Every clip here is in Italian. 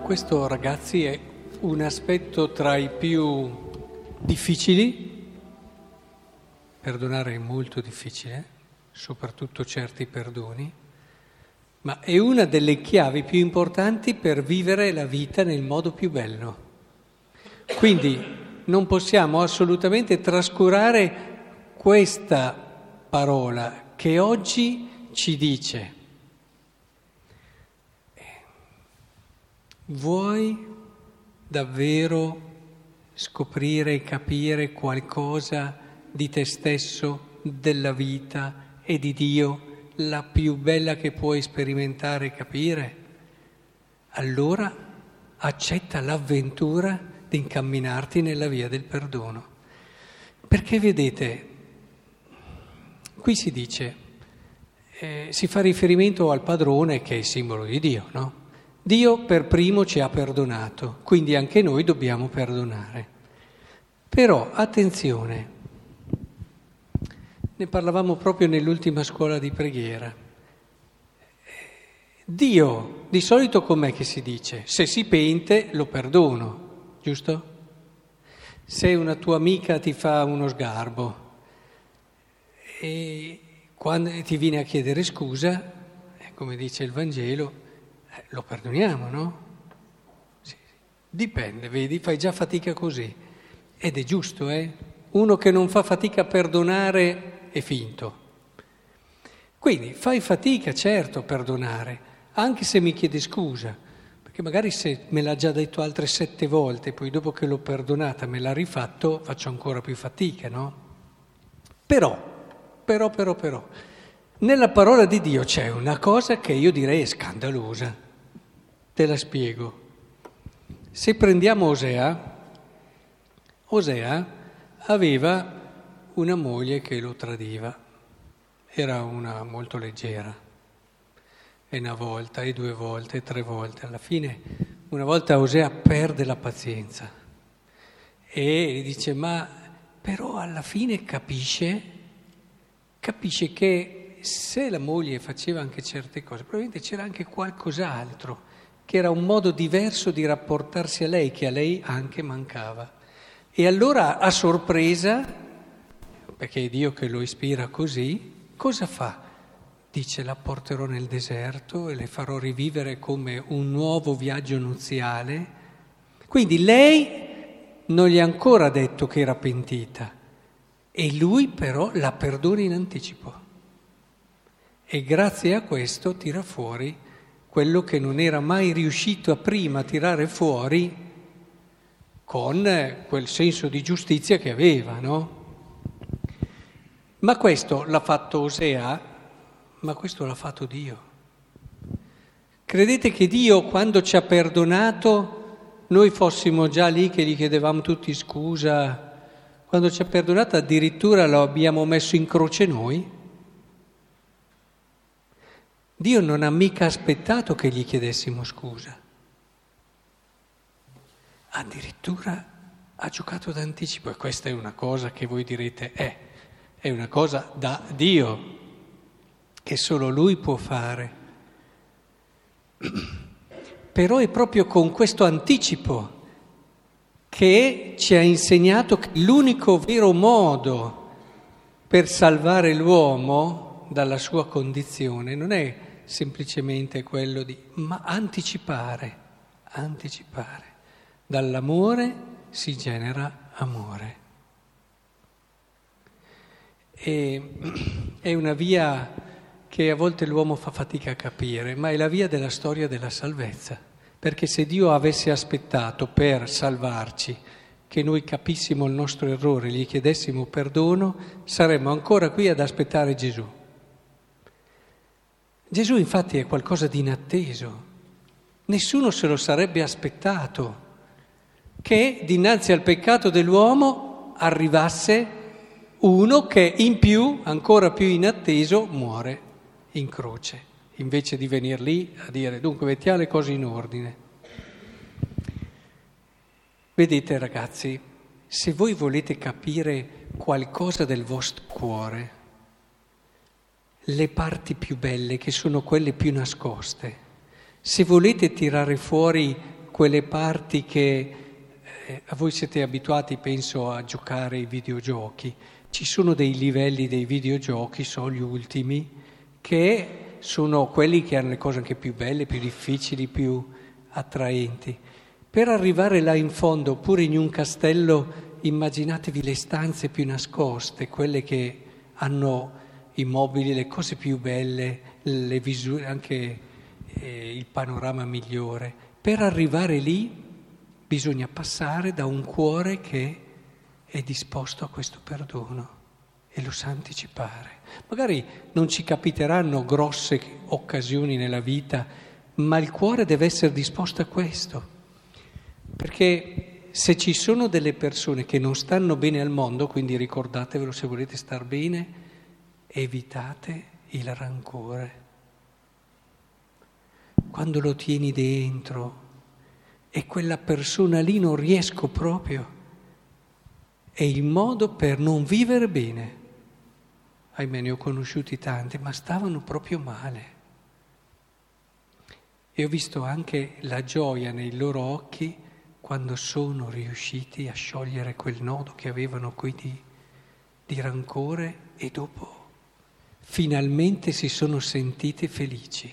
Questo, ragazzi, è un aspetto tra i più difficili. Perdonare è molto difficile, soprattutto certi perdoni, ma è una delle chiavi più importanti per vivere la vita nel modo più bello. Quindi non possiamo assolutamente trascurare questa parola che oggi ci dice: vuoi davvero scoprire e capire qualcosa di te stesso, della vita e di Dio, la più bella che puoi sperimentare e capire? Allora accetta l'avventura di incamminarti nella via del perdono. Perché vedete, qui si dice, si fa riferimento al padrone che è il simbolo di Dio, no? Dio per primo ci ha perdonato, quindi anche noi dobbiamo perdonare. Però, attenzione, ne parlavamo proprio nell'ultima scuola di preghiera. Dio, di solito com'è che si dice? Se si pente lo perdono, giusto? Se una tua amica ti fa uno sgarbo e quando ti viene a chiedere scusa, come dice il Vangelo, lo perdoniamo, no? Sì. Dipende, vedi, fai già fatica così. Ed è giusto, eh? Uno che non fa fatica a perdonare è finto. Quindi fai fatica, certo, a perdonare, anche se mi chiede scusa, perché magari se me l'ha già detto altre 7 volte, poi dopo che l'ho perdonata me l'ha rifatto, faccio ancora più fatica, no? Però, nella parola di Dio c'è una cosa che io direi è scandalosa. Te la spiego. Se prendiamo Osea aveva una moglie che lo tradiva. Era una molto leggera. E una volta, e 2 volte, e 3 volte. Alla fine, una volta Osea perde la pazienza. E dice, ma però alla fine capisce che se la moglie faceva anche certe cose, probabilmente c'era anche qualcos'altro, che era un modo diverso di rapportarsi a lei, che a lei anche mancava. E allora, a sorpresa, perché è Dio che lo ispira così, cosa fa? Dice, la porterò nel deserto e le farò rivivere come un nuovo viaggio nuziale. Quindi lei non gli ha ancora detto che era pentita, e lui però la perdona in anticipo. E grazie a questo tira fuori quello che non era mai riuscito a prima tirare fuori con quel senso di giustizia che aveva, no? Ma questo l'ha fatto Osea, ma questo l'ha fatto Dio. Credete che Dio, quando ci ha perdonato, noi fossimo già lì che gli chiedevamo tutti scusa? Quando ci ha perdonato addirittura lo abbiamo messo in croce noi? Dio non ha mica aspettato che gli chiedessimo scusa. Addirittura ha giocato d'anticipo, e questa è una cosa che voi direte, è una cosa da Dio, che solo Lui può fare. Però è proprio con questo anticipo che ci ha insegnato che l'unico vero modo per salvare l'uomo dalla sua condizione non è semplicemente quello ma anticipare. Dall'amore si genera amore. E è una via che a volte l'uomo fa fatica a capire, ma è la via della storia della salvezza. Perché se Dio avesse aspettato per salvarci che noi capissimo il nostro errore, gli chiedessimo perdono, saremmo ancora qui ad aspettare Gesù. Gesù infatti è qualcosa di inatteso. Nessuno se lo sarebbe aspettato che dinanzi al peccato dell'uomo arrivasse uno che in più, ancora più inatteso, muore in croce, invece di venir lì a dire dunque mettiamo le cose in ordine. Vedete ragazzi, se voi volete capire qualcosa del vostro cuore, le parti più belle, che sono quelle più nascoste, se volete tirare fuori quelle parti che voi siete abituati, penso, a giocare ai videogiochi. Ci sono dei livelli dei videogiochi, so gli ultimi, che sono quelli che hanno le cose anche più belle, più difficili, più attraenti. Per arrivare là in fondo, oppure in un castello, immaginatevi le stanze più nascoste, quelle che hanno i mobili, le cose più belle, anche il panorama migliore. Per arrivare lì bisogna passare da un cuore che è disposto a questo perdono e lo sa anticipare. Magari non ci capiteranno grosse occasioni nella vita, ma il cuore deve essere disposto a questo. Perché se ci sono delle persone che non stanno bene al mondo, quindi ricordatevelo, se volete star bene, evitate il rancore. Quando lo tieni dentro e quella persona lì non riesco proprio, è il modo per non vivere bene. Ahimè, ne ho conosciuti tanti, ma stavano proprio male. E ho visto anche la gioia nei loro occhi quando sono riusciti a sciogliere quel nodo che avevano qui di rancore e dopo finalmente si sono sentiti felici.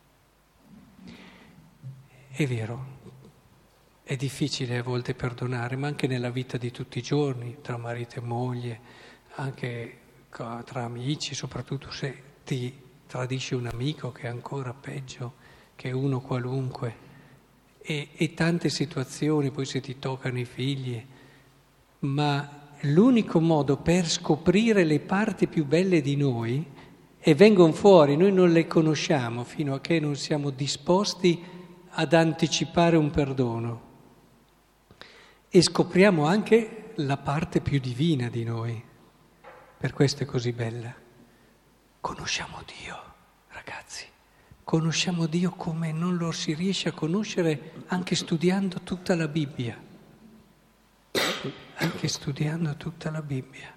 È vero. È difficile a volte perdonare, ma anche nella vita di tutti i giorni, tra marito e moglie, anche tra amici, soprattutto se ti tradisce un amico, che è ancora peggio che uno qualunque. E tante situazioni, poi se ti toccano i figli. Ma l'unico modo per scoprire le parti più belle di noi, e vengono fuori, noi non le conosciamo fino a che non siamo disposti ad anticipare un perdono. E scopriamo anche la parte più divina di noi. Per questo è così bella. Conosciamo Dio, ragazzi. Conosciamo Dio come non lo si riesce a conoscere anche studiando tutta la Bibbia. Anche studiando tutta la Bibbia.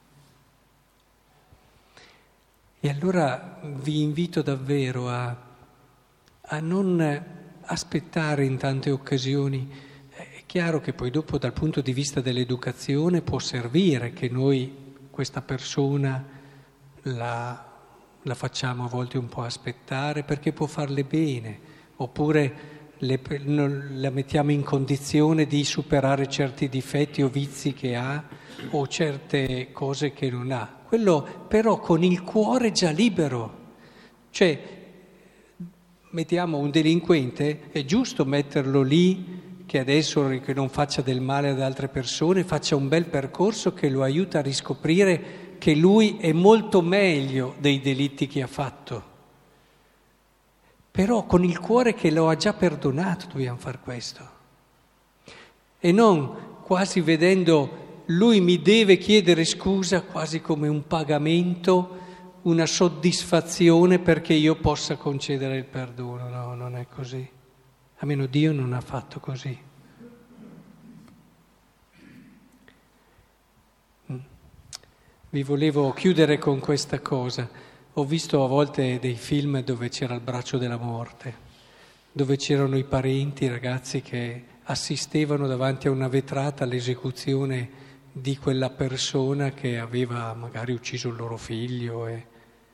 E allora vi invito davvero a non aspettare in tante occasioni. Chiaro che poi dopo dal punto di vista dell'educazione può servire che noi questa persona la facciamo a volte un po' aspettare perché può farle bene, oppure la mettiamo in condizione di superare certi difetti o vizi che ha o certe cose che non ha. Quello però con il cuore già libero. Cioè, mettiamo un delinquente, è giusto metterlo lì che adesso che non faccia del male ad altre persone, faccia un bel percorso che lo aiuta a riscoprire che lui è molto meglio dei delitti che ha fatto. Però con il cuore che lo ha già perdonato dobbiamo fare questo. E non quasi vedendo lui mi deve chiedere scusa quasi come un pagamento, una soddisfazione perché io possa concedere il perdono. No, non è così. Almeno Dio non ha fatto così. Vi volevo chiudere con questa cosa. Ho visto a volte dei film dove c'era il braccio della morte, dove c'erano i parenti, i ragazzi che assistevano davanti a una vetrata all'esecuzione di quella persona che aveva magari ucciso il loro figlio e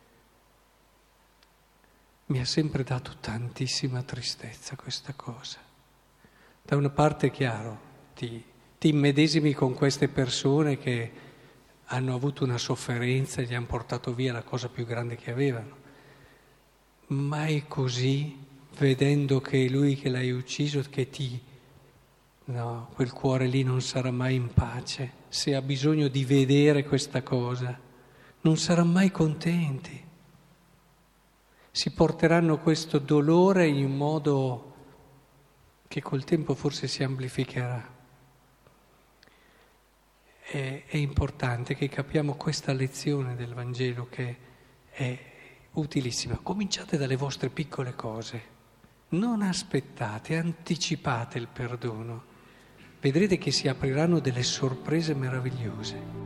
mi ha sempre dato tantissima tristezza questa cosa. Da una parte è chiaro, ti immedesimi con queste persone che hanno avuto una sofferenza e gli hanno portato via la cosa più grande che avevano. Ma è così, vedendo che è lui che l'hai ucciso, che no, quel cuore lì non sarà mai in pace. Se ha bisogno di vedere questa cosa, non sarà mai contenti. Si porteranno questo dolore in modo che col tempo forse si amplificherà. È importante che capiamo questa lezione del Vangelo che è utilissima. Cominciate dalle vostre piccole cose, non aspettate, anticipate il perdono. Vedrete che si apriranno delle sorprese meravigliose.